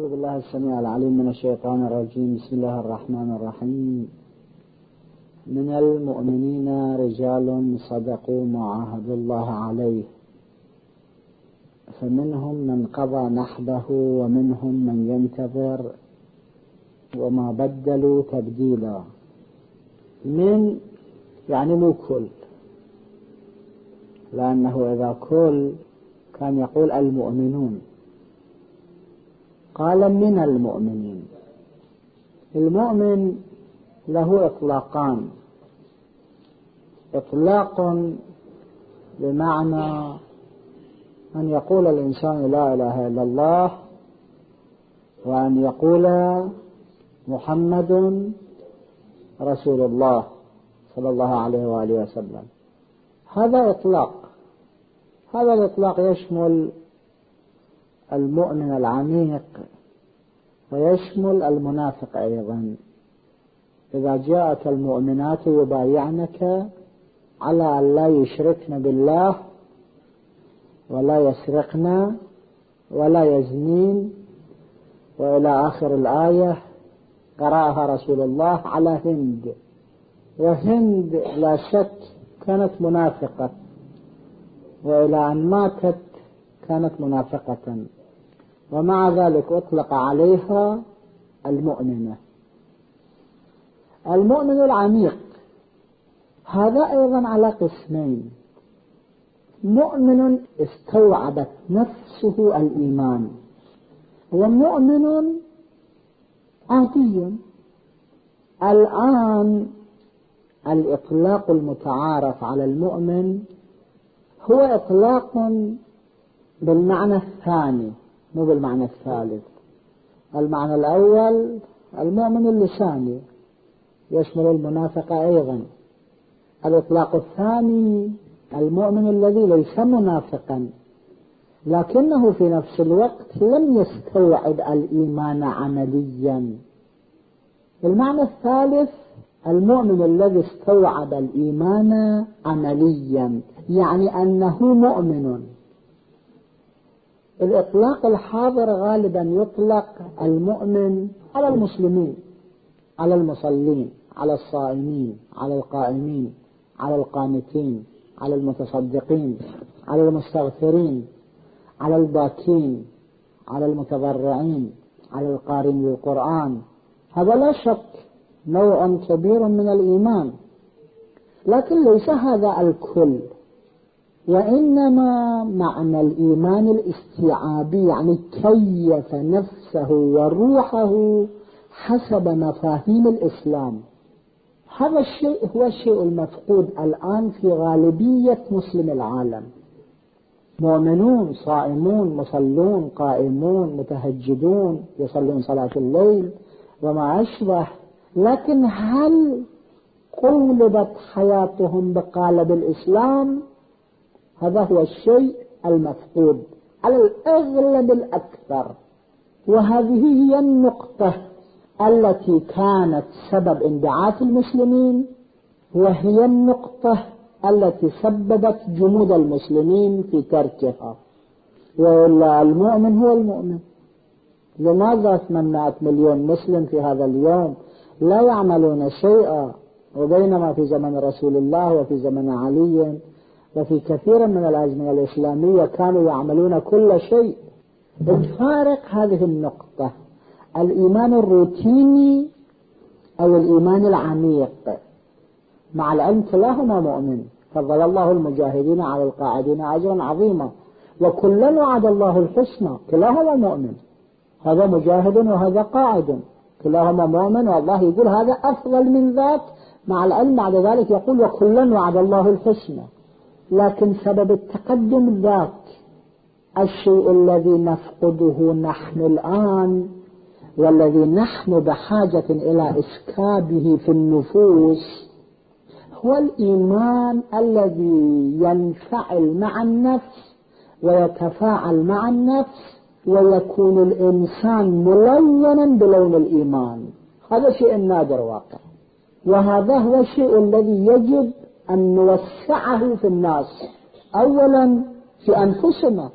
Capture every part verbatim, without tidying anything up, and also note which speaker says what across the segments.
Speaker 1: أعوذ بالله السميع العليم من الشيطان الرجيم. بسم الله الرحمن الرحيم. من المؤمنين رجال صدقوا ما عاهدوا الله عليه، فمنهم من قضى نحبه ومنهم من ينتظر وما بدلوا تبديلا. من يعني مو كل، لأنه إذا كل كان يقول المؤمنون، قال من المؤمنين. المؤمن له إطلاقان: إطلاق بمعنى أن يقول الإنسان لا إله إلا الله، وأن يقول محمد رسول الله صلى الله عليه وآله وسلم. هذا إطلاق. هذا الإطلاق يشمل المؤمن العميق ويشمل المنافق أيضا. إذا جاءت المؤمنات يبايعنك على أن لا يشركن بالله ولا يسرقن ولا يزنين، وإلى آخر الآية قرأها رسول الله على هند، وهند لا شك كانت منافقة، وإلى أن ماتت كانت منافقة، ومع ذلك أطلق عليها المؤمنة. المؤمن العميق هذا أيضا على قسمين: مؤمن استوعبت نفسه الإيمان، ومؤمن عادي. الآن الإطلاق المتعارف على المؤمن هو إطلاق بالمعنى الثاني، مو بالمعنى الثالث. المعنى الأول المؤمن اللساني يشمل المنافق أيضا. الإطلاق الثاني المؤمن الذي ليس منافقا لكنه في نفس الوقت لم يستوعب الإيمان عمليا. المعنى الثالث المؤمن الذي استوعب الإيمان عمليا، يعني أنه مؤمن. الإطلاق الحاضر غالبا يطلق المؤمن على المسلمين، على المصلين، على الصائمين، على القائمين، على القانتين، على المتصدقين، على المستغفرين، على الباكين، على المتضرعين، على القارئين للقرآن. هذا لا شك نوع كبير من الإيمان، لكن ليس هذا الكل، وإنما معنى الإيمان الاستيعابي، يعني كيف نفسه وروحه حسب مفاهيم الإسلام. هذا الشيء هو الشيء المفقود الآن في غالبية مسلم العالم. مؤمنون، صائمون، مصلون، قائمون، متهجدون، يصلون صلاة الليل وما أشبه، لكن هل قلبت حياتهم بقالب الإسلام؟ هذا هو الشيء المفقود على الأغلب الأكثر. وهذه هي النقطة التي كانت سبب انبعاث المسلمين، وهي النقطة التي سببت جمود المسلمين في تركها. وإلا المؤمن هو المؤمن. لماذا ثمانمائة مليون مسلم في هذا اليوم لا يعملون شيئا، وبينما في زمن رسول الله وفي زمن علي وفي كثير من الأزمنة الإسلامية كانوا يعملون كل شيء؟ الفارق هذه النقطة: الإيمان الروتيني أو الإيمان العميق. مع العلم كلاهما مؤمن، فضل الله المجاهدين على القاعدين أجرا عظيما، وكلا وعد الله الحسنى. كلاهما مؤمن، هذا مجاهد وهذا قاعد، كلاهما مؤمن، والله يقول هذا أفضل من ذاك. مع العلم بعد ذلك يقول وكلا وعد الله الحسنى. لكن سبب التقدم ذاك الشيء الذي نفقده نحن الآن، والذي نحن بحاجة إلى إسكابه في النفوس، هو الإيمان الذي ينفعل مع النفس ويتفاعل مع النفس، ويكون الإنسان ملونا بلون الإيمان. هذا شيء نادر واقع، وهذا هو الشيء الذي يجب أن نوسعه في الناس. أولا في أنفسنا،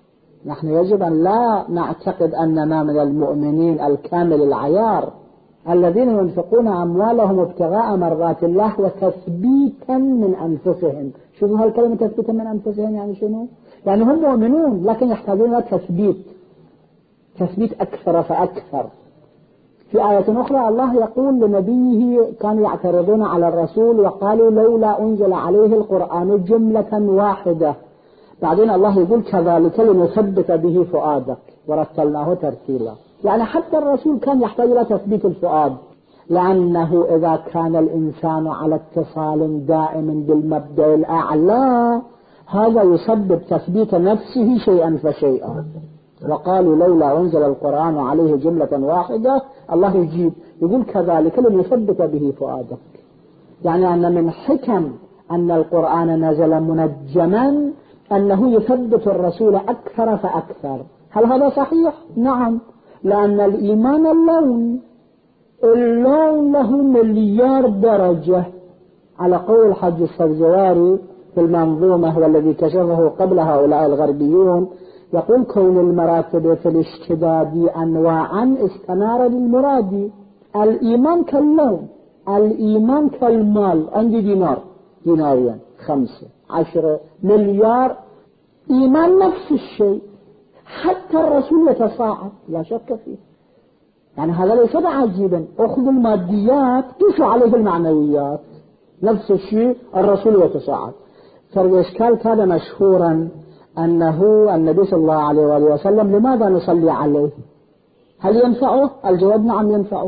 Speaker 1: نحن يجب أن لا نعتقد أننا من المؤمنين الكامل العيار الذين ينفقون أموالهم ابتغاء مرضات الله وتثبيتا من أنفسهم. شوفوا هالكلمة تثبيتا من أنفسهم يعني شنو؟ يعني هم مؤمنون لكن يحتاجون تثبيت، تثبيت أكثر فأكثر. في آية أخرى الله يقول لنبيه كانوا يعترضون على الرسول وقالوا لولا أنزل عليه القرآن جملة واحدة، بعدين الله يقول كذلك لنثبت به فؤادك ورتلناه ترتيلا. يعني حتى الرسول كان يحتاج إلى تثبيت الفؤاد، لأنه إذا كان الإنسان على اتصال دائم بالمبدأ الأعلى هذا يسبب تثبيت نفسه شيئا فشيئا. وقالوا لولا أنزل القرآن عليه جملة واحدة، الله يجيب يقول كذلك لنثبت به فؤادك. يعني أن من حكم أن القرآن نزل منجما أنه يثبت الرسول أكثر فأكثر. هل هذا صحيح؟ نعم، لأن الإيمان اللون اللون له مليار درجة، على قول الحج السبزواري في المنظومة والذي كشفه قبل هؤلاء الغربيون، يقول كون المراتب في الاشتداد أنواعا استنار للمراد. الإيمان كاللون، الإيمان كالمال، عندي دينار دينارين خمسة عشرة مليار، إيمان نفس الشيء، حتى الرسول يتصاعد لا شك فيه. يعني هذا ليس عجيبا، أخذ الماديات قيسوا عليه المعنويات، نفس الشيء الرسول يتصاعد. فالإشكال كان مشهورا أنه النبي صلى الله عليه وآله وسلم لماذا نصلي عليه؟ هل ينفعه؟ الجواب نعم ينفعه.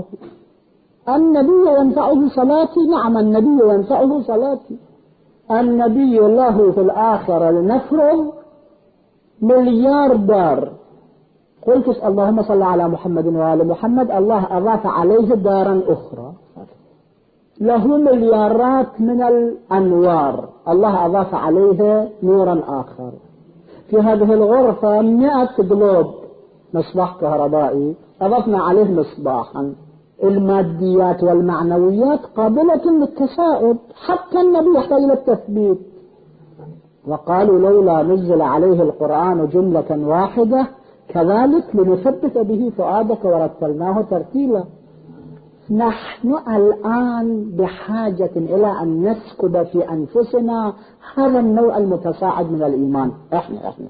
Speaker 1: النبي ينفعه صلاتي؟ نعم النبي ينفعه صلاتي. النبي له في الآخرة لنفرض مليار دار، قلت اللهم صل على محمد وآل محمد، الله أضاف عليه دارا أخرى، له مليارات من الأنوار، الله أضاف عليه نورا آخر. في هذه الغرفة مئة جلوب مصباح كهربائي، أضفنا عليه مصباحا. الماديات والمعنويات قابلة للتساؤل، حتى النبي يحتاج إلى التثبيت. وقالوا لولا نزل عليه القرآن جملة واحدة كذلك لنثبت به فؤادك ورتلناه ترتيلا. نحن الآن بحاجة إلى أن نسكب في أنفسنا هذا النوع المتصاعد من الإيمان، إحنا إحنا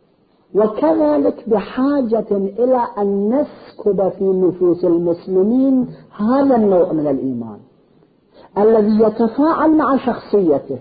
Speaker 1: وكذلك بحاجة إلى أن نسكب في نفوس المسلمين هذا النوع من الإيمان الذي يتفاعل مع شخصيته،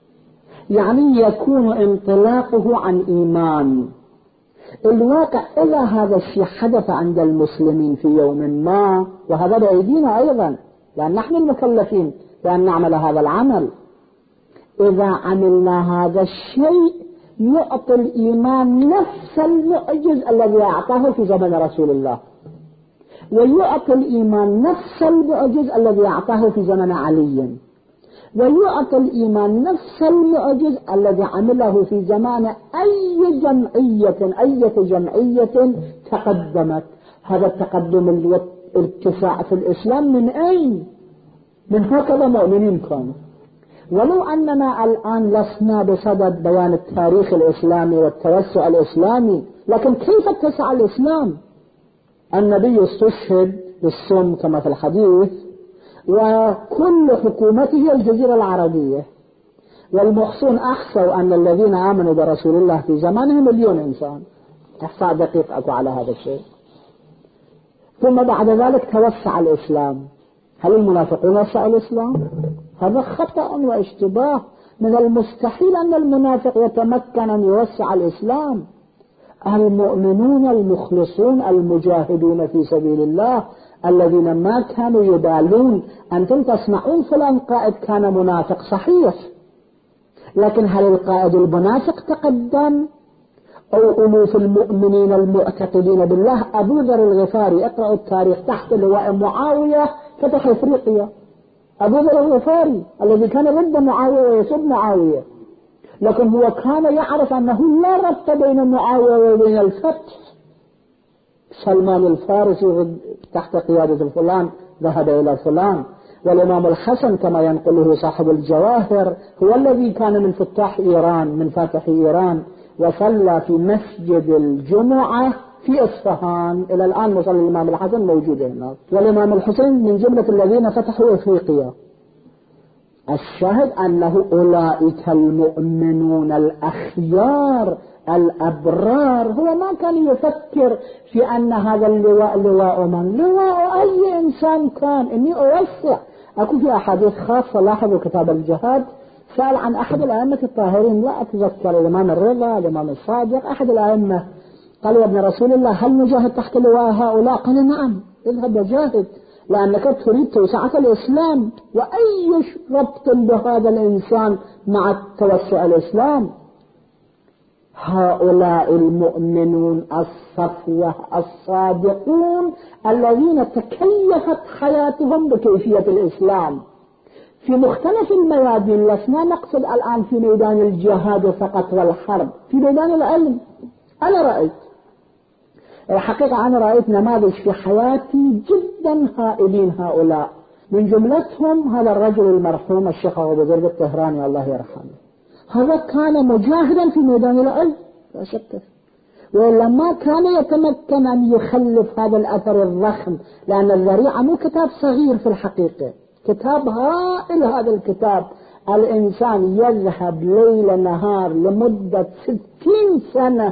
Speaker 1: يعني يكون انطلاقه عن إيمان. الواقع إذا هذا الشيء حدث عند المسلمين في يوم ما، وهذا بأيدينا أيضا لأن نحن المكلفين بأن نعمل هذا العمل، إذا عملنا هذا الشيء يعطي الإيمان نفس المعجز الذي أعطاه في زمن رسول الله، ويعطي الإيمان نفس المعجز الذي أعطاه في زمن علي، ويعطي الإيمان نفس المعجز الذي عمله في زمان أي جمعية أي جمعية تقدمت. هذا التقدم الارتفاع في الإسلام من أين؟ من هكذا مؤمنين كانوا. ولو أننا الآن لسنا بصدد بيان التاريخ الإسلامي والتوسع الإسلامي، لكن كيف اتسع الإسلام؟ النبي استشهد بالسم كما في الحديث، وكل حكومته الجزيرة العربية، والمحصون أحصوا أن الذين آمنوا برسول الله في زمانه مليون إنسان، إحصاء دقيق أكو على هذا الشيء. ثم بعد ذلك توسع الإسلام. هل المنافقون وسعوا الإسلام؟ هذا خطأ واشتباه. من المستحيل أن المنافق يتمكن أن يوسع الإسلام. المؤمنون المخلصون المجاهدون في سبيل الله الذين ما كانوا يبالون. أنتم تسمعون فلان قائد كان منافق، صحيح، لكن هل القائد المنافق تقدم؟ أو ألوف المؤمنين المعتقدين بالله؟ أبو ذر الغفاري، اقرأوا التاريخ، تحت لواء معاوية فتح إفريقيا. أبو ذر الغفاري الذي كان ضد معاوية ويسب معاوية، لكن هو كان يعرف أنه لا ربط بين معاوية وبين الفتح. سلمان الفارسي تحت قيادة الفلان ذهب إلى فلان. والإمام الحسن كما ينقله صاحب الجواهر هو الذي كان من فتاح إيران، من فاتح إيران، وصلى في مسجد الجمعة في إصفهان. إلى الآن مصلى الإمام الحسن موجود هناك، والإمام الحسين من جملة الذين فتحوا إفريقيا. الشاهد أنه أولئك المؤمنون الأخيار الأبرار. هو ما كان يفكر في أن هذا اللواء لواء من؟ لواء أي إنسان كان. إني أوسع، أكو في أحاديث خاصة. لاحظوا كتاب الجهاد سأل عن أحد الأئمة الطاهرين، لا أتذكر، الإمام الرضا، الإمام الصادق، أحد الأئمة، قال يا ابن رسول الله هل نجاهد تحت لواء هؤلاء؟ قال نعم، اذهب وجاهد، لأنك تريد توسعة الإسلام. وأي ربط بهذا الإنسان مع توسع الإسلام؟ هؤلاء المؤمنون الصفوة الصادقون الذين تكيفت حياتهم بكيفية الإسلام في مختلف الميادين. لسنا نقصد الآن في ميدان الجهاد فقط والحرب، في ميدان العلم. أنا رأيت الحقيقة أنا رأيت نماذج في حياتي جدا هائلين هؤلاء، من جملتهم هذا الرجل المرحوم الشيخ أبو بزرگ الطهراني الله يرحمه. هذا كان مجاهدا في ميدان العلم لا شك، ولما كان يتمكن أن يخلف هذا الأثر الضخم، لأن الذريعة مو كتاب صغير في الحقيقة، كتاب هائل. هذا الكتاب الإنسان يذهب ليل نهار لمدة ستين سنة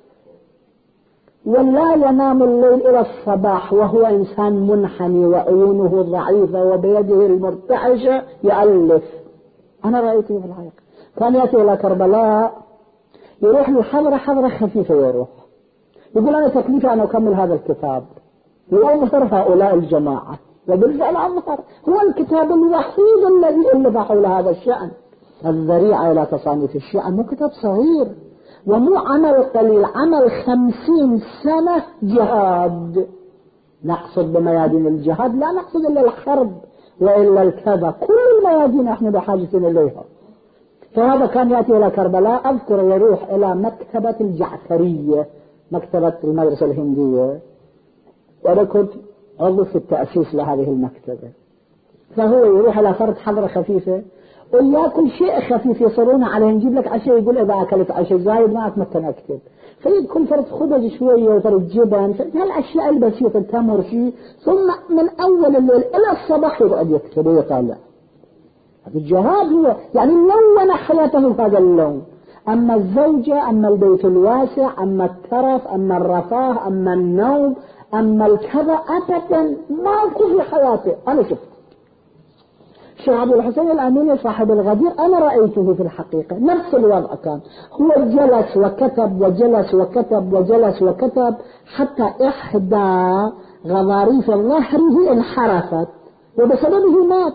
Speaker 1: ولا ينام الليل إلى الصباح وهو إنسان منحني وعيونه ضعيفة وبيده المرتعشة يألف. أنا رأيته في الحقيقة كان يأتي إلى كربلاء، يروح لحضرة حضرة خفيفة، يروح يقول أنا تكليفي أن أكمل هذا الكتاب وأظهر هؤلاء الجماعة، وبالفعل أظهر. هو الكتاب الوحيد الذي ألف حول هذا الشأن. الذريعة إلى تصانيف الشيعة مو كتاب صغير ومو عمل قليل، عمل خمسين سنة جهاد. نقصد بميادين الجهاد لا نقصد إلا الحرب وإلا الكذا، كل الميادين احنا بحاجة إليها. فهذا كان يأتي إلى كربلاء، أذكر يروح إلى مكتبة الجعفرية، مكتبة المدرسة الهندية، وأنا كنت عضو في التأسيس لهذه المكتبة. فهو يروح إلى فرد حضرة خفيفة ويأكل شيء خفيف يصرون عليه، نجيب لك عشاء، يقول إذا أكلت عشاء زايد ما أتمكن أكتب، فيدخل فرد خبز شوية وفرد جبن، هالأشياء البسيطة، تمر شيء، ثم من أول الليل إلى الصباح يقعد يكتب ويطالع. الجهاد هو يعني لون حياته بهذا اللون. أما الزوجة، أما البيت الواسع، أما الترف، أما الرفاه، أما النوم، أما الكذا، أبدا ماكو في حياته. أنا شفت الشيخ عبد الحسين الأميني صاحب الغدير، أنا رأيته في الحقيقة نفس الوضع كان. هو جلس وكتب وجلس وكتب وجلس وكتب حتى إحدى غضاريف ظهره انحرفت وبسببه مات.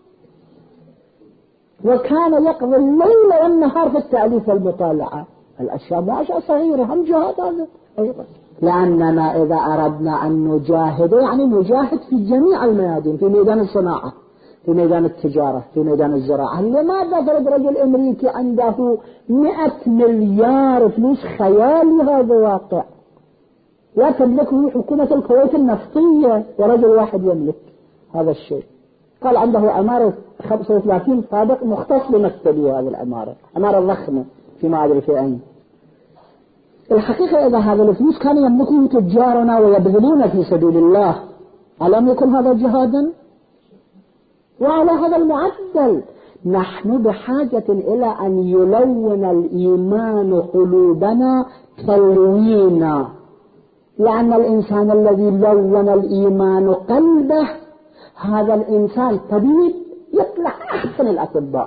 Speaker 1: وكان يقضي الليل والنهار في التأليف والمطالعة. الأشياء مو أشياء صغيرة، هم جهاد هذا أيضا. لأننا إذا أردنا أن نجاهد يعني نجاهد في جميع الميادين، في ميدان الصناعة، في ميدان التجارة، في ميدان الزراعة. لماذا فرد رجل أمريكي عنده مئة مليار فلوس خيالي؟ هذا واقع. لا تملكه حكومة الكويت النفطية ورجل واحد يملك هذا الشيء. قال عنده عمارة خمسة وثلاثين طابق مختص بمكتبي، هذه العمارة عمارة ضخمة في ما أدري في أين. الحقيقة إذا هذا الفلوس كان يملكه تجارنا ويبذلون في سبيل الله، ألم يكن هذا جهادا؟ وعلى هذا المعدل نحن بحاجة إلى أن يلون الإيمان قلوبنا تلوينا، لأن الإنسان الذي لون الإيمان قلبه هذا الإنسان طبيب يطلع أحسن الأطباء،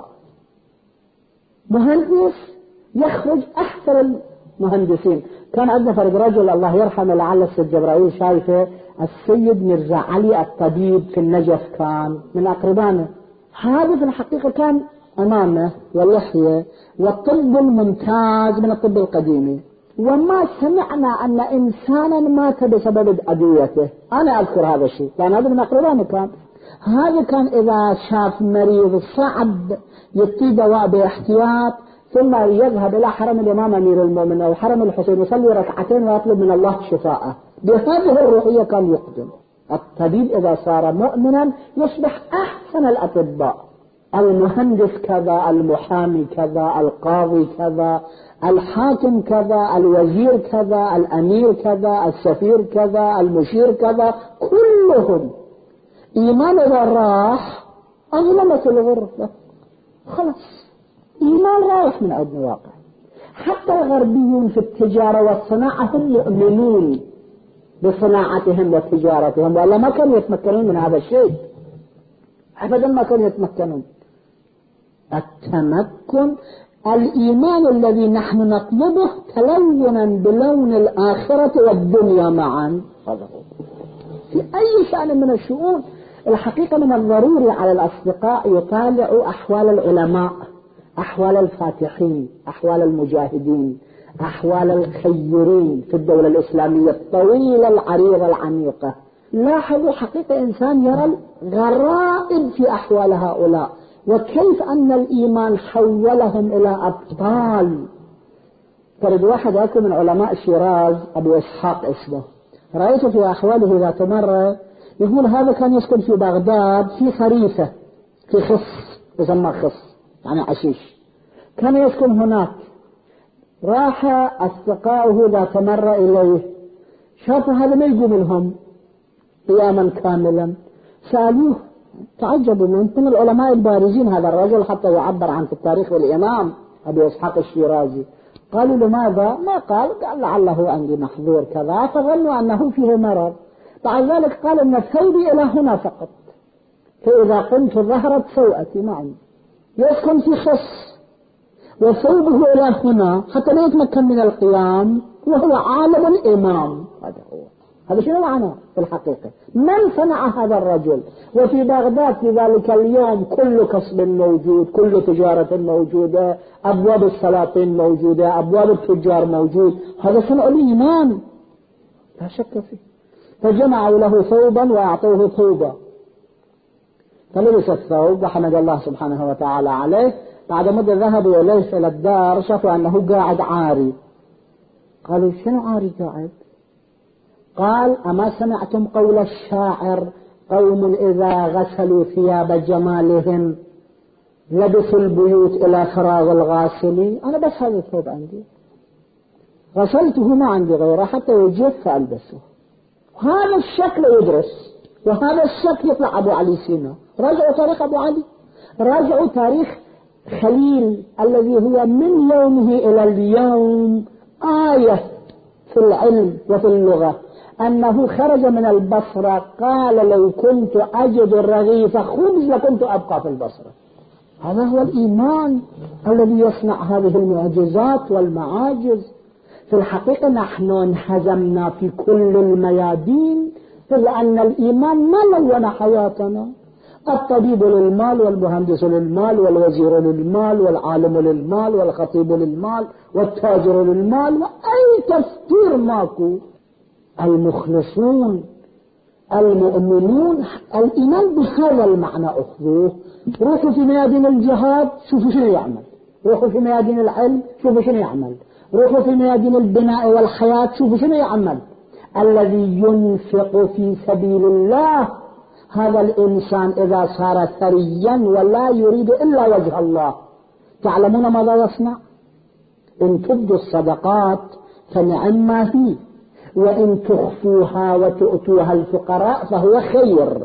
Speaker 1: مهندس يخرج أحسن المهندسين. كان عندنا فرد رجل الله يرحمه لعل السيد جبرائيل شايفه، السيد مرزا علي الطبيب في النجف، كان من أقربانه. هذا في الحقيقة كان أمامه واللحية والطب الممتاز من الطب القديمي، وما سمعنا أن إنسانا مات بسبب أدويته. أنا أذكر هذا الشيء لأن هذا من أقربانه كان. هذا كان إذا شاف مريض صعب يعطيه دواء باحتياط، ثم يذهب إلى حرم الإمام أمير المؤمنين أو حرم الحسين يصلي ركعتين ويطلب من الله شفاءه. بهذه الروحية كان يقدم. الطبيب إذا صار مؤمنا يصبح أحسن الأطباء، المهندس كذا، المحامي كذا، القاضي كذا، الحاكم كذا، الوزير كذا، الأمير كذا، السفير كذا، المشير كذا، كلهم إيمان إذا راح أظلمت الغرفة، خلاص إيمان رايح من عندنا واقع. حتى الغربيون في التجارة والصناعة هم يؤمنون بصناعتهم وتجارتهم، ولا ما كانوا يتمكنون من هذا الشيء أبدا، ما كانوا يتمكنون. التمكن الإيمان الذي نحن نطلبه تلونا بلون الآخرة والدنيا معا، هذا هو في أي شأن من الشؤون. الحقيقة من الضروري على الأصدقاء يطالعوا أحوال العلماء، أحوال الفاتحين، أحوال المجاهدين، أحوال الخيرين في الدولة الإسلامية الطويلة العريضة العميقة. لاحظوا حقيقة إنسان يرى الغرائب في أحوال هؤلاء، وكيف أن الإيمان حولهم إلى أبطال. فرد واحد أكو من علماء شيراز أبو إسحاق اسمه، رأيته في أحواله ذات مرة يقول هذا كان يسكن في بغداد في خريفة في خص يسمى خص يعني عشيش، كان يسكن هناك. راح أصدقائه ذات مرة إليه، شافوا هذا ما يقوم لهم قياما كاملا، سألوه تعجبوا من من العلماء البارزين هذا الرجل حتى يعبر عن في التاريخ والإمام أبو إسحاق الشيرازي. قالوا لماذا؟ ما قال، قال لعله عندي محظور كذا، فظنوا أنه فيه مرض. بعد ذلك قال أن ثوبي إلى هنا فقط، فإذا قمت ظهرت سوءتي معي. يسكن في خص وثوبه إلى هنا حتى لا يتمكن من القيام، وهو عالم الإمام. هذا هو، هذا شنو معناه في الحقيقة؟ من صنع هذا الرجل؟ وفي بغداد في ذلك اليوم كل كسب موجود، كل تجارة موجودة، أبواب السلاطين موجودة، أبواب التجار موجود. هذا صنع الإيمان لا شك فيه. فجمعوا له ثوبا وأعطوه ثوبا، فلبس الثوب وحمد الله سبحانه وتعالى عليه. بعد مدة ذهبوا إليه إلى الدار، شافوا أنه قاعد عاري. قالوا شنو عاري قاعد؟ قال أما سمعتم قول الشاعر قوم إذا غسلوا ثياب جمالهم لبسوا البيوت إلى فراغ الغاسل؟ أنا بس هذا الثوب عندي، غسلته ما عندي غيره حتى يجف فألبسه. هذا الشكل يدرس، وهذا الشكل يطلع أبو علي سينا. راجعوا تاريخ أبو علي، راجعوا تاريخ خليل الذي هو من يومه إلى اليوم آية في العلم وفي اللغة، أنه خرج من البصرة قال لو كنت أجد الرغيف خبز لكنت أبقى في البصرة. هذا هو الإيمان الذي يصنع هذه المعجزات والمعاجز. في الحقيقة نحن انهزمنا في كل الميادين، إلا أن الإيمان ما لون حياتنا. الطبيب للمال، والمهندس للمال، والوزير للمال، والعالم للمال، والخطيب للمال، والتاجر للمال، وأي تفكير ماكو. المخلصون المؤمنون الإيمان بهذا المعنى أخذوه. روحوا في ميادين الجهاد شوفوا شنو يعمل، روحوا في ميادين العلم شوفوا شنو يعمل، روحوا في ميادين البناء والحياة شوفوا شنو يعمل. الذي ينفق في سبيل الله هذا الإنسان إذا صار ثريا ولا يريد إلا وجه الله، تعلمون ماذا يصنع؟ إن تبدوا الصدقات فنعم ما هي، وإن تخفوها وتؤتوها الفقراء فهو خير.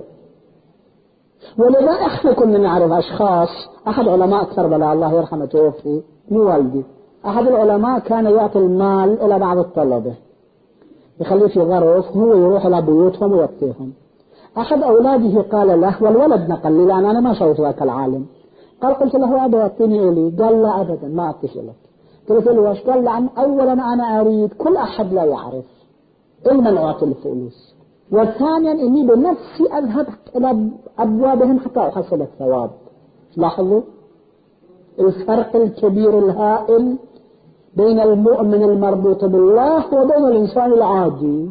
Speaker 1: ولذا احنا كنا نعرف أشخاص. أحد علماء كربلاء الله يرحمه توفي، مو والدي، أحد العلماء كان يعطي المال إلى بعض الطلبة يخليه في ظرف، هو يروح إلى بيوتهم ويعطيهم. أحد أولاده قال له، والولد نقل لي لأن أنا ما شايف ذاك العالم، قال قلت له أبا أعطيني إلي؟ قال لا أبدا ما أعطيش لك. قلت له واش؟ قال لأن أولا أنا أريد كل أحد لا يعرف إلمن أعطي الفلوس، وثانيا إني بنفسي أذهب إلى أبوابهم حتى أحصل الثواب. لاحظوا الفرق الكبير الهائل بين المؤمن المربوط بالله وبين الإنسان العادي.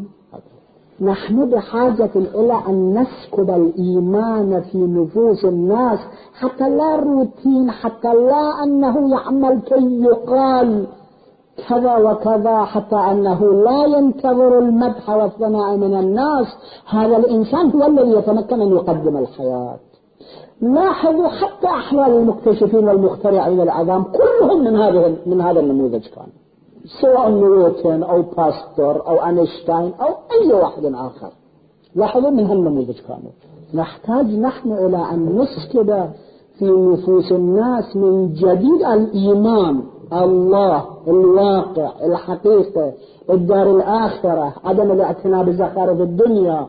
Speaker 1: نحن بحاجة إلى أن نسكب الإيمان في نفوس الناس، حتى لا روتين، حتى لا أنه يعمل كي يقال كذا وكذا، حتى أنه لا ينتظر المدح والثناء من الناس. هذا الإنسان هو الذي يتمكن أن يقدم الحياة. لاحظوا حتى أحوال المكتشفين والمخترعين العظام كلهم من هذا من هذا النموذج كانوا، سواء نيوتن أو باستور أو أينشتاين أو أي واحد آخر. لاحظوا من هالنموذج كانوا. نحتاج نحن إلى أن نسكب في نفوس الناس من جديد الإيمان، الله، الواقع، الحقيقة، الدار الآخرة، عدم الاعتناء بزخارف الدنيا.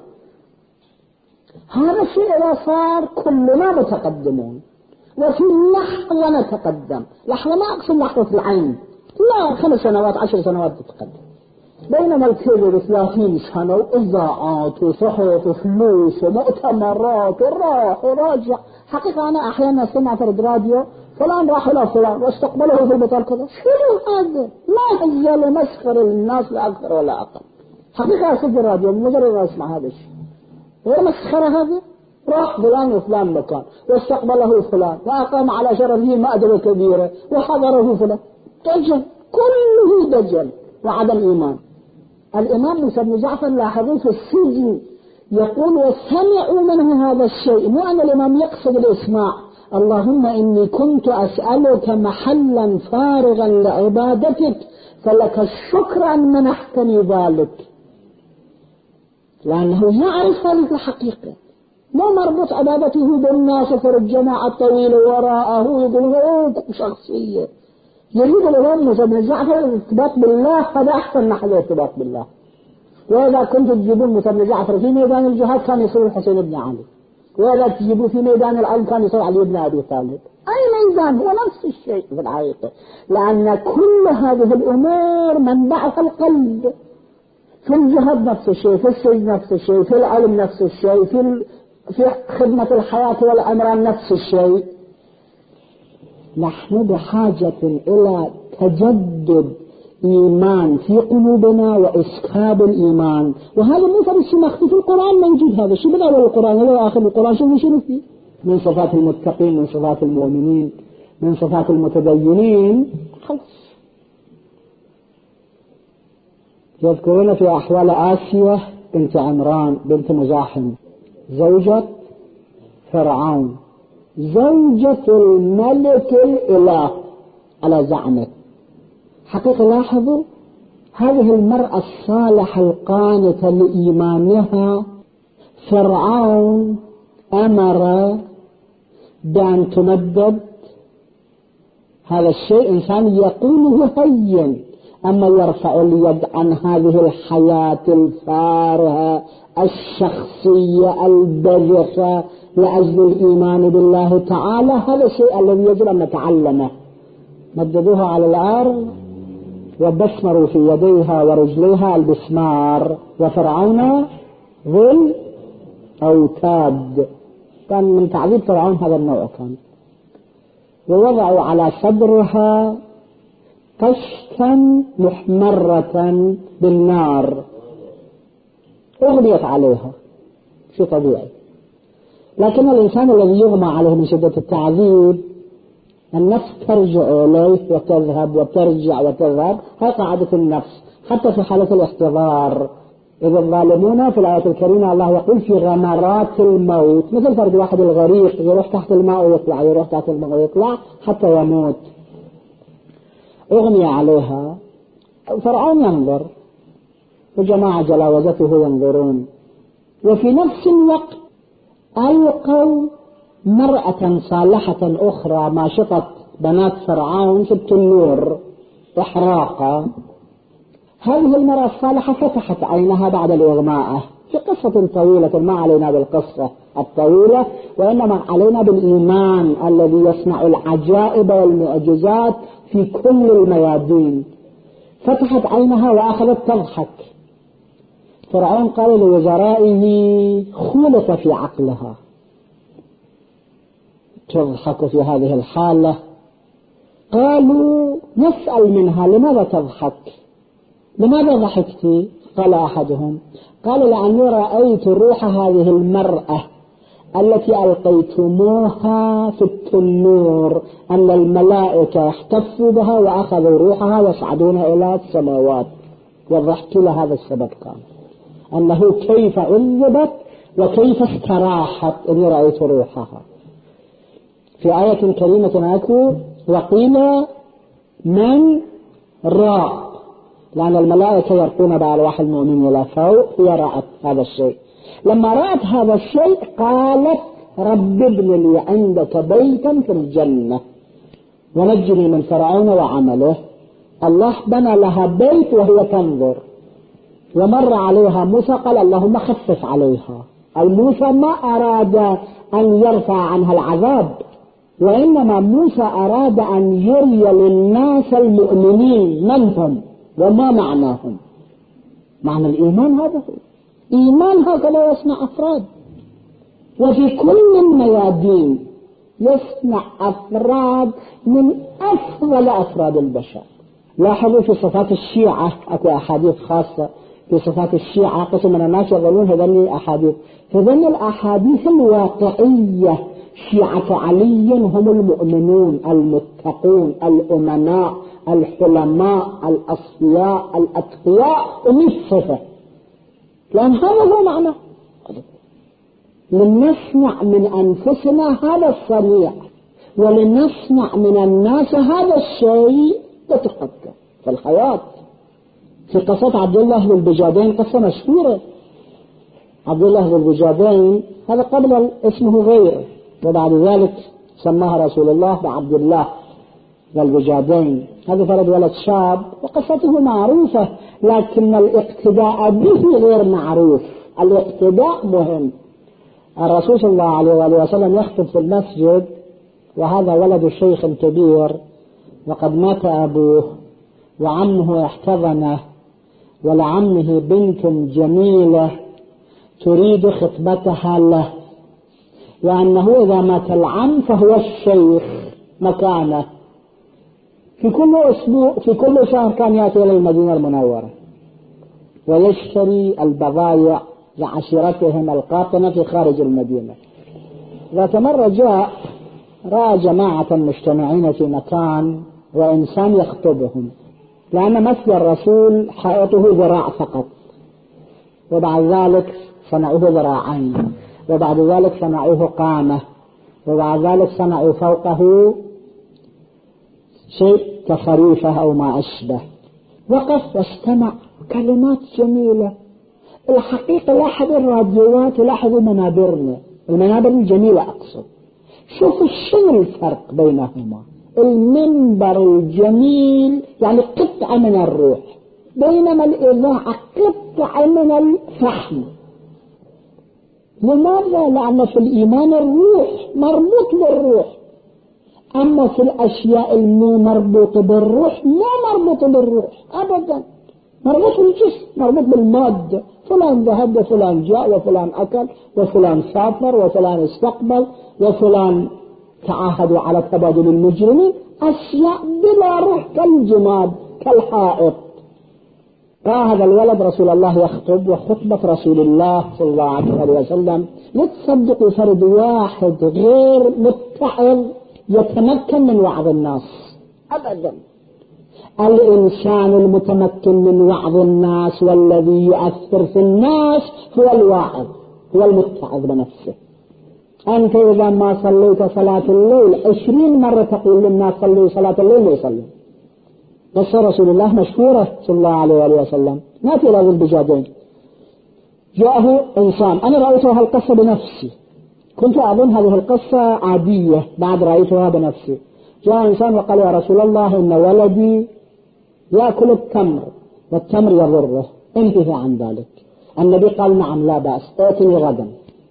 Speaker 1: هذا الشيء إذا صار كلنا متقدمون، وفي لحظة نتقدم. لحظة ما أقصد لحظة العين، لا، خمس سنوات عشر سنوات تتقدم. بينما الكبر ثلاثين سنة وإذاعات وصحف وفلوس ومؤتمرات وراح وراجع. حقيقة أنا أحيانا أسمع فرد راديو فلان راح إلى فلان واستقبله في المطار كذا. شنو هذا؟ ما هزل مسخر الناس لا أكثر ولا أقل. حقيقة أسمع الراديو مجرد أسمع هذا الشيء. غير مسخرة هذا. راح فلان وفلان مكان واستقبله فلان وأقام على شرفه مأدبة كبيرة وحضره فلان. دجل، كله دجل وعدم إيمان. الإمام موسى بن جعفر لاحظوا في السجن يقول وسمعوا منه هذا الشيء، مو أن الإمام يقصد الإسماع. اللهم إني كنت أسألك محلا فارغا لعبادتك فلك الشكر أن منحتني ذلك، لأنه يعرف هذه الحقيقة. مو مربوط عبادته بالناس وفر الجماعة الطويلة وراءه يقول أوه شخصية. يريد الإمام موسى بن جعفر الارتباط بالله، هذا أحسن نحو الارتباط بالله. وإذا كنت تجيبون موسى بن جعفر في ميدان الجهاد كان يصير الحسين بن علي، وإذا تجيبوا في ميدان العلم كان يصير علي بن أبي طالب. أي ميدان هو نفس الشيء في الحقيقة، لأن كل هذه الأمور منبعها القلب. في الجهاد نفس الشيء، في السجن نفس الشيء، في العلم نفس الشيء، في في خدمة الحياة والأمران نفس الشيء. نحن بحاجة إلى تجدد إيمان في قلوبنا وإسكاب الإيمان، وهذا مو فرق مخفي في القرآن موجود. هذا شو من أول القرآن إلى آخر القرآن شو شنو فيه من صفات المتقين، من صفات المؤمنين، من صفات المتدينين. خلاص يذكرون في أحوال آسيا بنت عمران بنت مزاحم زوجة فرعون، زوجة الملك الإله على زعمه. حقيقة لاحظوا هذه المرأة الصالحة القانتة لإيمانها، فرعون أمر بأن تمدد. هذا الشيء إنسان يقوله هين، أما يرفع اليد عن هذه الحياة الفارهة الشخصية البذخة لأجل الإيمان بالله تعالى، هذا الشيء الذي يجب أن نتعلمه. مددوها على الأرض وبسمروا في يديها ورجليها البسمار، وفرعون ظل أوتاد، كان من تعذيب فرعون هذا النوع كان. ووضعوا على صدرها قشتا محمرة بالنار، أغليت عليها، شيء طبيعي. لكن الإنسان الذي يغمى عليه من شدة التعذيب النفس ترجع إليه وتذهب وترجع وتذهب. هذه قاعدة النفس حتى في حالة الاحتضار. إذا الظالمون في الآية الكريمة الله يقول في غمرات الموت، مثل فرد واحد الغريق يروح تحت الماء ويطلع، يروح تحت الماء ويطلع حتى يموت. أغمي عليها، فرعون ينظر وجماعة جلاوزته ينظرون، وفي نفس الوقت ألقوا مرأة صالحة أخرى ما شطت بنات فرعون في التنور إحراقا. هذه المرأة الصالحة فتحت عينها بعد الإغماء، في قصة طويلة ما علينا بالقصة الطويلة، وإنما علينا بالإيمان الذي يصنع العجائب والمعجزات في كل الميادين. فتحت عينها وأخذت تضحك. فرعون قال لوزرائه خولت في عقلها، تضحك في هذه الحالة. قالوا نسأل منها لماذا تضحك، لماذا ضحكت؟ قال أحدهم قال لأني رأيت روح هذه المرأة التي ألقيتموها في التنور، أن الملائكة احتفوا بها وأخذوا روحها يصعدون إلى السماوات. وضحك لهذا السبب كان أنه كيف عذبت وكيف استراحت إني رأيت روحها. في آية كريمة أكو وقيل من راق، لأن الملائكة يرقون بأرواح المؤمنين إلى فوق، هي رأت هذا الشيء. لما رأت هذا الشيء قالت رب ابن لي عندك بيتا في الجنة ونجني من فرعون وعمله. الله بنى لها بيت وهي تنظر، ومر عليها موسى قال اللهم خفف عليها. أي موسى ما أراد أن يرفع عنها العذاب، وإنما موسى أراد أن يري للناس المؤمنين من هم وما معناهم. معنى الإيمان هذا هو إيمان، هكذا يصنع أفراد، وفي كل الميادين يصنع أفراد من أفضل أفراد البشر. لاحظوا في صفات الشيعة أكو أحاديث خاصة في صفات الشيعة، قسم من الناس يظنون هذين أحاديث، هذين الأحاديث الواقعية. شيعة علي هم المؤمنون المتقون الأمناء الحلماء الأصفياء الأتقياء، ومصفة، لأن هذا هو معنى لنصنع من أنفسنا هذا الصنيع، ولنصنع من الناس هذا الشيء يتقدم في الحياة. في قصة عبد الله بن البجادين قصة مشهورة. عبد الله بن البجادين هذا قبل اسمه غيره، وبعد ذلك سماها رسول الله بعبد الله والبجادين. هذا فرد ولد شاب وقصته معروفة، لكن الاقتداء به غير معروف. الاقتداء مهم. الرسول صلى الله عليه وآله وسلم يخطب في المسجد، وهذا ولد شيخ كبير وقد مات أبوه، وعمه احتضنه، ولعمه بنت جميلة تريد خطبتها له، وأنه إذا مات العم فهو الشيخ مكانه. في كل أسبوع في كل شهر كان يأتي إلى المدينة المنورة ويشتري البضائع لعشيرتهم القاطنة في خارج المدينة. ذات مرة جاء رأى جماعة مجتمعين في مكان وإنسان يخطبهم، لأن مسجد الرسول حائطه ذراع فقط، وبعد ذلك صنعوه ذراعين، وبعد ذلك صنعوه قامة، وبعد ذلك صنعوا فوقه شيء كخريفة أو ما أشبه. وقف واستمع كلمات جميلة. الحقيقة لاحظوا الراديوات ولاحظوا منابرنا، المنابر الجميلة أقصد. شوفوا شنو الفرق بينهما. المنبر الجميل يعني قطعة من الروح، بينما الإذاعة قطعة من الفحم. لماذا؟ لأن في الإيمان الروح مربوط بالروح، أما في الأشياء المو مربوطة بالروح ما مربوط بالروح أبدا، مربوط بالجسم، مربوط بالمادة. فلان ذهب وفلان جاء وفلان أكل وفلان سافر وفلان استقبل وفلان تعاهدوا على تبادل المجرمين، أشياء بلا روح كالجماد كالحائط. رأى هذا الولد رسول الله يخطب، وخطبة رسول الله صلى الله عليه وسلم لا تصدقوا فرد واحد غير متعظ يتمكن من وعظ الناس أبدا. الإنسان المتمكن من وعظ الناس والذي يؤثر في الناس هو الواعظ، هو المتعظ بنفسه. أنت إذا ما صليت صلاة الليل عشرين مرة تقول للناس صلوا صلاة الليل ويصلوا. قصة رسول الله مشهورة صلى الله عليه وسلم. نأتي إلى ذي البجادين. جاءه إنسان، أنا رأيتها القصة بنفسي، كنت أظن هذه القصة عادية، بعد رأيتها بنفسي. جاء إنسان وقال يا رسول الله إن ولدي يأكل التمر والتمر يضره، انتهي عن ذلك. النبي قال نعم لا بأس، ائتني غدا.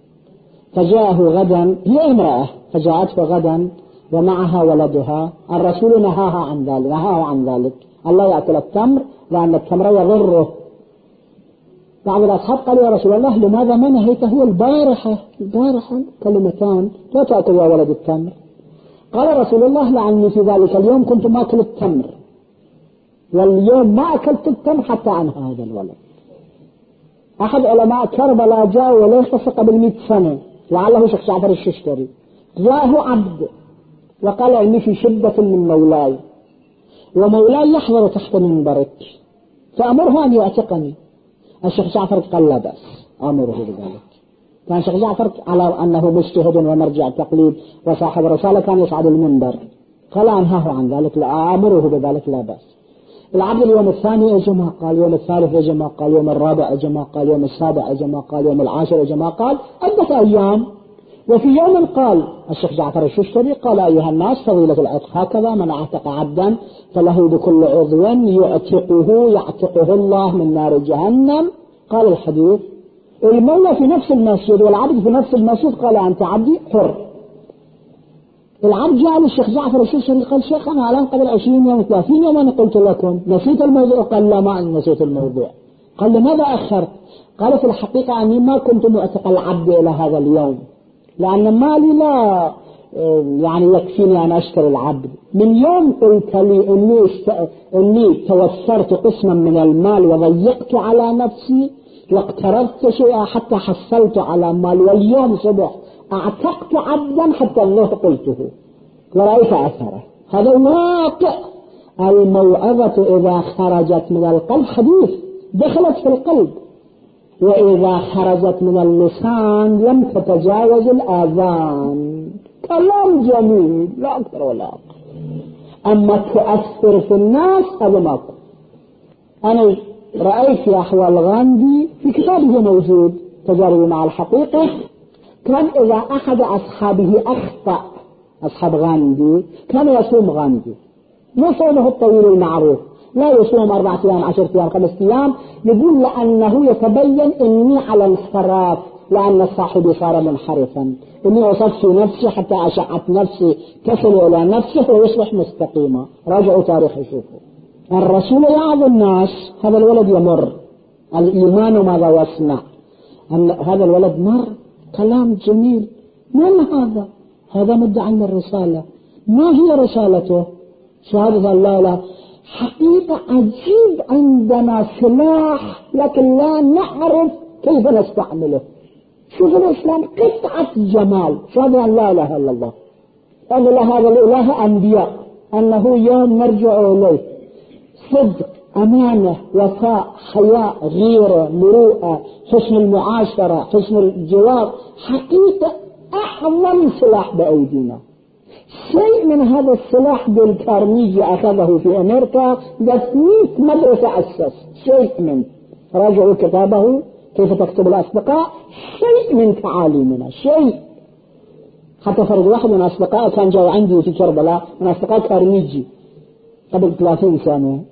Speaker 1: فجاءه غدا، هي امرأة، فجاءته غدا ومعها ولدها. الرسول نهاها عن ذلك، نهاه عن ذلك، الله يأكل التمر لأن التمر يضره. بعض الأصحاب قالوا يا رسول الله لماذا ما نهيته البارحة؟ البارحة كلمتان، لا تأكل يا ولد التمر. قال رسول الله لعني في ذلك اليوم كنت ما أكل التمر، واليوم ما أكلت التمر حتى أنهى هذا الولد. أحد علماء كربلاء جاء وليه قصة قبل مئة سنة، لعله شيخ جعفر الششتري، جاءه عبد وقال إني في شدة من مولاي، ومولاي يحضر تحت منبرك فأمره أن يعتقني. الشيخ جعفر قال لا بأس، أمره بذلك. كان الشيخ جعفر على أنه مجتهد ومرجع تقليد وصاحب رسالة كان يصعد المنبر، قال أنهاه عن ذلك، لا أمره بذلك لا بأس. العبد اليوم الثاني أجمع قال، يوم الثالث أجمع قال، يوم الرابع أجمع قال، يوم السابع أجمع قال، يوم العاشر أجمع قال، عدة أيام. وفي يوم قال الشيخ جعفر الششتري قال أيها الناس فضيلة العتق هكذا، من اعتق عبدا فله بكل عضو يعتقه يعتقه الله من نار جهنم. قال الحديث المولى في نفس المسجد والعبد في نفس المسجد، قال أنت عبدي حر. العبد جاء للشيخ جعفر الششتري قال شيخ أنا الآن قبل عشرين يوم ثلاثين يوم أنا قلت لكم نسيت الموضوع. قال لا ما أنا نسيت الموضوع. قال لماذا أخرت؟ قال في الحقيقة أني ما كنت معتق العبد إلى هذا اليوم، لأن مالي لا يعني يكفيني أن أشتري العبد. من يوم قلت لي إني, است... إني توفرت قسما من المال وضيقت على نفسي واقترضت شيئا حتى حصلت على مال، واليوم صبح اعتقت عبدا حتى الظهر قلته ورأيت أثره. هذا واقع. الموعظة إذا خرجت من القلب حديث دخلت في القلب، وإذا خرجت من اللسان لم تتجاوز الآذان. كلام جميل لا أكثر ولا أقل. أما تؤثر في الناس هذا ما أقول. أنا رأيت في أحوال غاندي في كتابه موجود تجارب مع الحقيقة، كان إذا أحد أصحابه أخطأ، أصحاب غاندي كان يصوم غاندي يصومه الطويل المعروف، لا يصوم أربعة أيام عشرة أيام خمسة أيام، يقول لأنه يتبين إني على انحراف، لأن صاحبي صار منحرفا، إني وصفت في نفسي حتى أشعت نفسي تصل إلى نفسه ويصبح مستقيما. راجعوا تاريخ يشوفوا. الرسول يعظ الناس هذا الولد يمر، الإيمان ماذا يصنع، أن هذا الولد مر. كلام جميل. من هذا؟ هذا مدعي الرسالة. ما هي رسالته؟ شهادة الله لا. حقيقة عجيب، عندنا سلاح لكن لا نعرف كيف نستعمله. شوف الإسلام قطعة جمال، شهادة أن لا إله إلا الله، أن لهذا الإله أنبياء، أنه يوم نرجع إليه، صدق أمانة وفاء حياء غيرة مروءة حسن المعاشرة حسن الجوار. حقيقة أعظم سلاح بأيدينا. شيء من هذا السلاح بالكارنيجي أخذه في أمريكا، مئة مدرسة أسس شيء من، راجعوا كتابه كيف تكتب الأصدقاء، شيء من تعاليمنا شيء. حتى فرد واحد من أصدقاء كان جاء عندي في كربلاء من أصدقاء كارنيجي قبل ثلاثين سنة،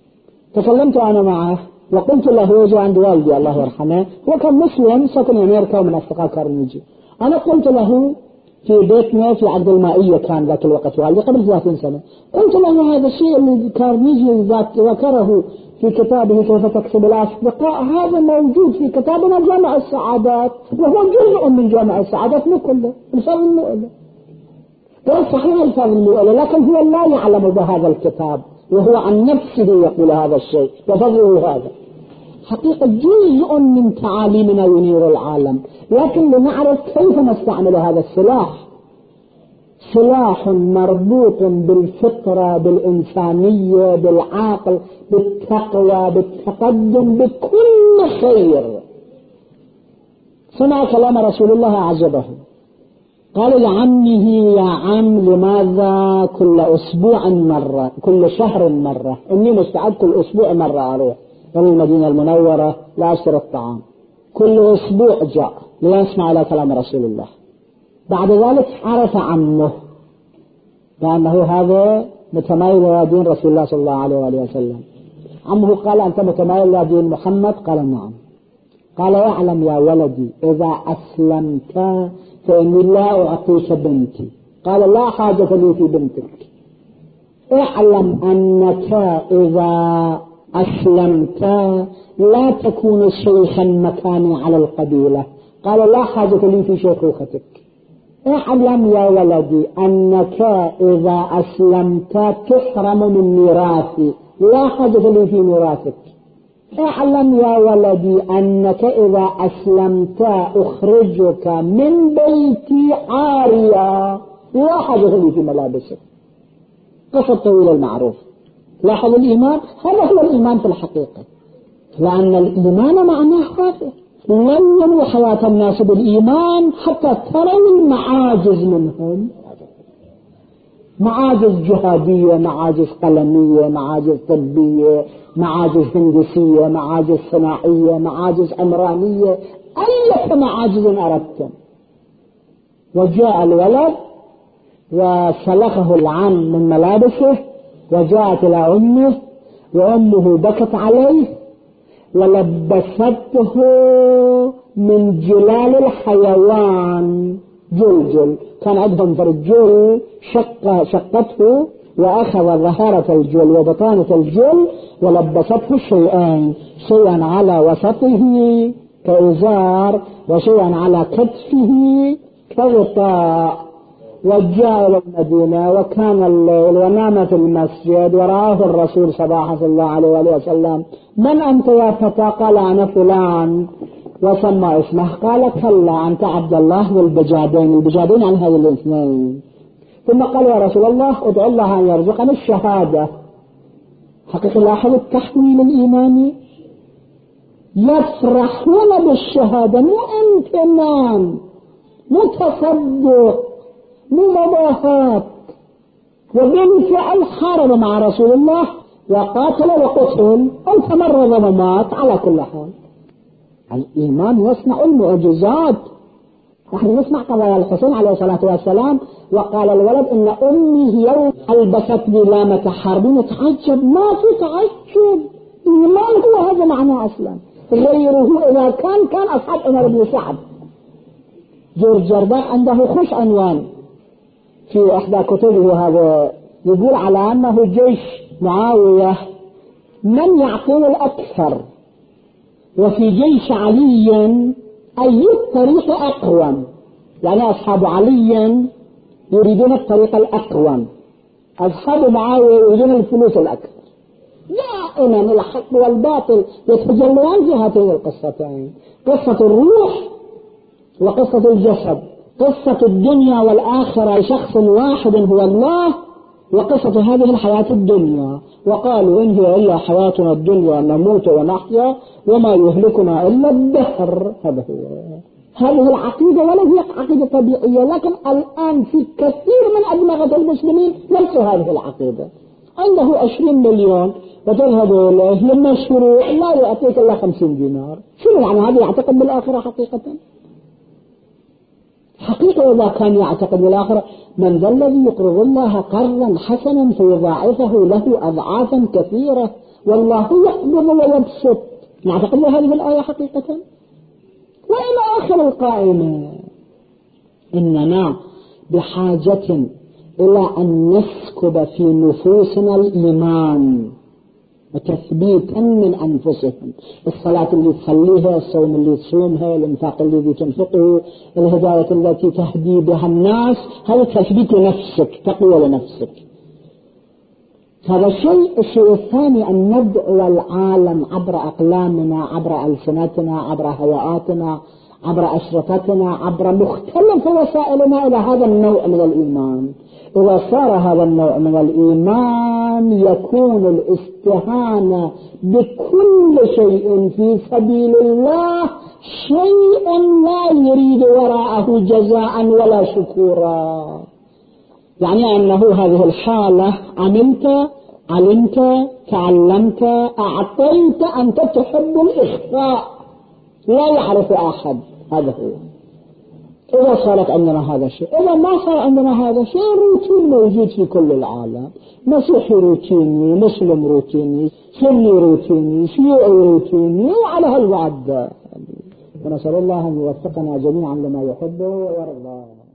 Speaker 1: تكلمت أنا معه وقلت له يجي عند والدي الله يرحمه، هو كان مسلم سكن أمريكا ومن أصدقاء كارنيجي. أنا قلت له في بيتنا في عقد المائية كان ذاك الوقت والدي قبل ثلاثين سنة، قلت له هذا الشيء اللي كارنيجي ذكره في كتابه كيف تكسب الأصدقاء هذا موجود في كتابنا جامع السعادات، وهو جزء من جامع السعادات مو كله الفضل المؤلة. قال صحيح الفضل المؤلة، لكن هو لا يعلم بهذا الكتاب وهو عن نفسه يقول هذا الشيء وفضله هذا. حقيقة جزء من تعاليمنا ينير العالم، لكن لنعرف كيف نستعمل هذا السلاح. سلاح مربوط بالفطرة بالإنسانية بالعقل بالتقوى بالتقدم بكل خير. سمع كلام رسول الله عجبه، قال لعمه يا عم لماذا كل أسبوع مرة كل شهر مرة، إني مستعد كل أسبوع مرة أروح من المدينة المنورة لا أشتري الطعام. كل أسبوع جاء ليسمع على كلام رسول الله. بعد ذلك عرف عمه لأنه هذا متمايل إلى دين رسول الله صلى الله عليه وآله وسلم. عمه قال أنت متمايل إلى دين محمد؟ قال نعم. قال اعلم يا ولدي إذا أسلمت فإني لا أعطيك بنتي. قال لا حاجة لي في بنتك. اعلم أنك إذا أسلمت لا تكون شيخا مكاني على القبيلة. قال لا حاجة لي في شيخوختك. اعلم يا ولدي أنك إذا أسلمت تحرم من ميراثي، لا حاجة لي في ميراثك. اعلم يا ولدي أنك إذا أسلمت أخرجك من بيتي عاريا، لا حاجة لي في ملابسك. قصة طويلة المعروف. لاحظ الإيمان، هذا هو الإيمان في الحقيقة، لأن الإيمان معناه هذا. لونوا حياة الناس بالإيمان حتى تروا المعاجز منهم، معاجز جهادية، معاجز قلمية، معاجز طبية، معاجز هندسية، معاجز صناعية، معاجز عمرانية، أي معاجز أردتم. وجاء الولد وسلخه العم من ملابسه وجاءت إلى أمه وأمه بكت عليه ولبسته من جلال الحيوان جلجل، كان عندهم فرجل شق شقته وأخذ ظهارة الجل وبطانة الجل ولبسته شيئين، شيئا على وسطه كإزار وشيئا على كتفه كغطاء. وجاء إلى المدينة وكان الليل ونام في المسجد ورآه الرسول صباحا صلى الله عليه وآله وسلم: من أنت يا فتى؟ قال: أنا فلان، وسمى اسمه. قال: كلا، أنت عبد الله والبجادين، البجادين عن هذه الاثنين. ثم قال: يا رسول الله ادعو الله أن يرزقني الشهادة. حقيقة لاحظ التحويل الإيماني، يفرحون بالشهادة، مو امتنان، مو تصدق، مو مباهات. وبالفعل حارب مع رسول الله وقاتل وقتل أو تمرض ومات. على كل حال الإيمان يصنع المعجزات. نحن نسمع قضايا الحسين عليه الصلاة والسلام: وقال الولد إن أمي يوم ألبستني لامة حرب. نتعجب، ما في تعجب، إيمان هو هذا معناه أصلا. غيره إذا كان كان أصحاب عمر بن سعد. جورج جرداء عنده خوش عنوان في إحدى كتبه، هذا يقول على أنه جيش معاوية من يعطون الأكثر، وفي جيش علي أي الطريق أقوم. يعني أصحاب علي يريدون الطريق الأقوم، أصحاب معاوية يريدون الفلوس الأكثر. دائما الحق والباطل يتجلون في هاتين القصتين، قصة الروح وقصة الجسد، قصة الدنيا والآخرة شخص واحد هو الله، وقصة هذه الحياة الدنيا. وقالوا إن هي إلا حياتنا الدنيا نموت ونحيا وما يهلكنا إلا الدهر. هذا هو هذه العقيدة، ولا هي عقيدة طبيعية، لكن الآن في كثير من أدمغة المسلمين ليس هذه العقيدة. عنده عشرين مليون وتذهب إليه للمشروع لا يعطيك إلا خمسين دينار. شنو يعني هذا؟ يعتقد بالآخرة حقيقة؟ حقيقة إذا كان يعتقد بالآخرة، من ذا الذي يقرض الله قرضا حسنا فيضاعفه له أضعافا كثيرة والله يقبض ويبسط. نعتقد بهذه الآية حقيقة. وإلى آخر القائمة. إننا بحاجة إلى أن نسكب في نفوسنا الإيمان وتثبيتا من أنفسهم. الصلاة اللي تصليها، الصوم اللي تصومها، الإنفاق الذي تنفقه، الهداية التي تهدي بها الناس، هذا تثبيت لنفسك، تقوى لنفسك. هذا الشيء. الشيء الثاني أن ندعو العالم عبر أقلامنا، عبر ألسنتنا، عبر هيئاتنا، عبر أشرطتنا، عبر مختلف وسائلنا إلى هذا النوع من الإيمان. إذا صار هذا النوع من الإيمان يكون الاستهانة بكل شيء في سبيل الله شيء لا يريد وراءه جزاء ولا شكورا. يعني أنه هذه الحالة عملت، علمت، تعلمت، أعطيت، أنت تحب الإخفاء لا يعرف أحد. هذا هو. إذا صارت عندنا هذا الشيء. إذا ما صار عندنا هذا الشيء، روتين موجود في كل العالم. مسيحي روتيني، مسلم روتيني، سني روتيني، شيعي روتيني، وعلى هالوعد. ونسأل الله أن يوفقنا جميعا لما يحبه ويرضاه.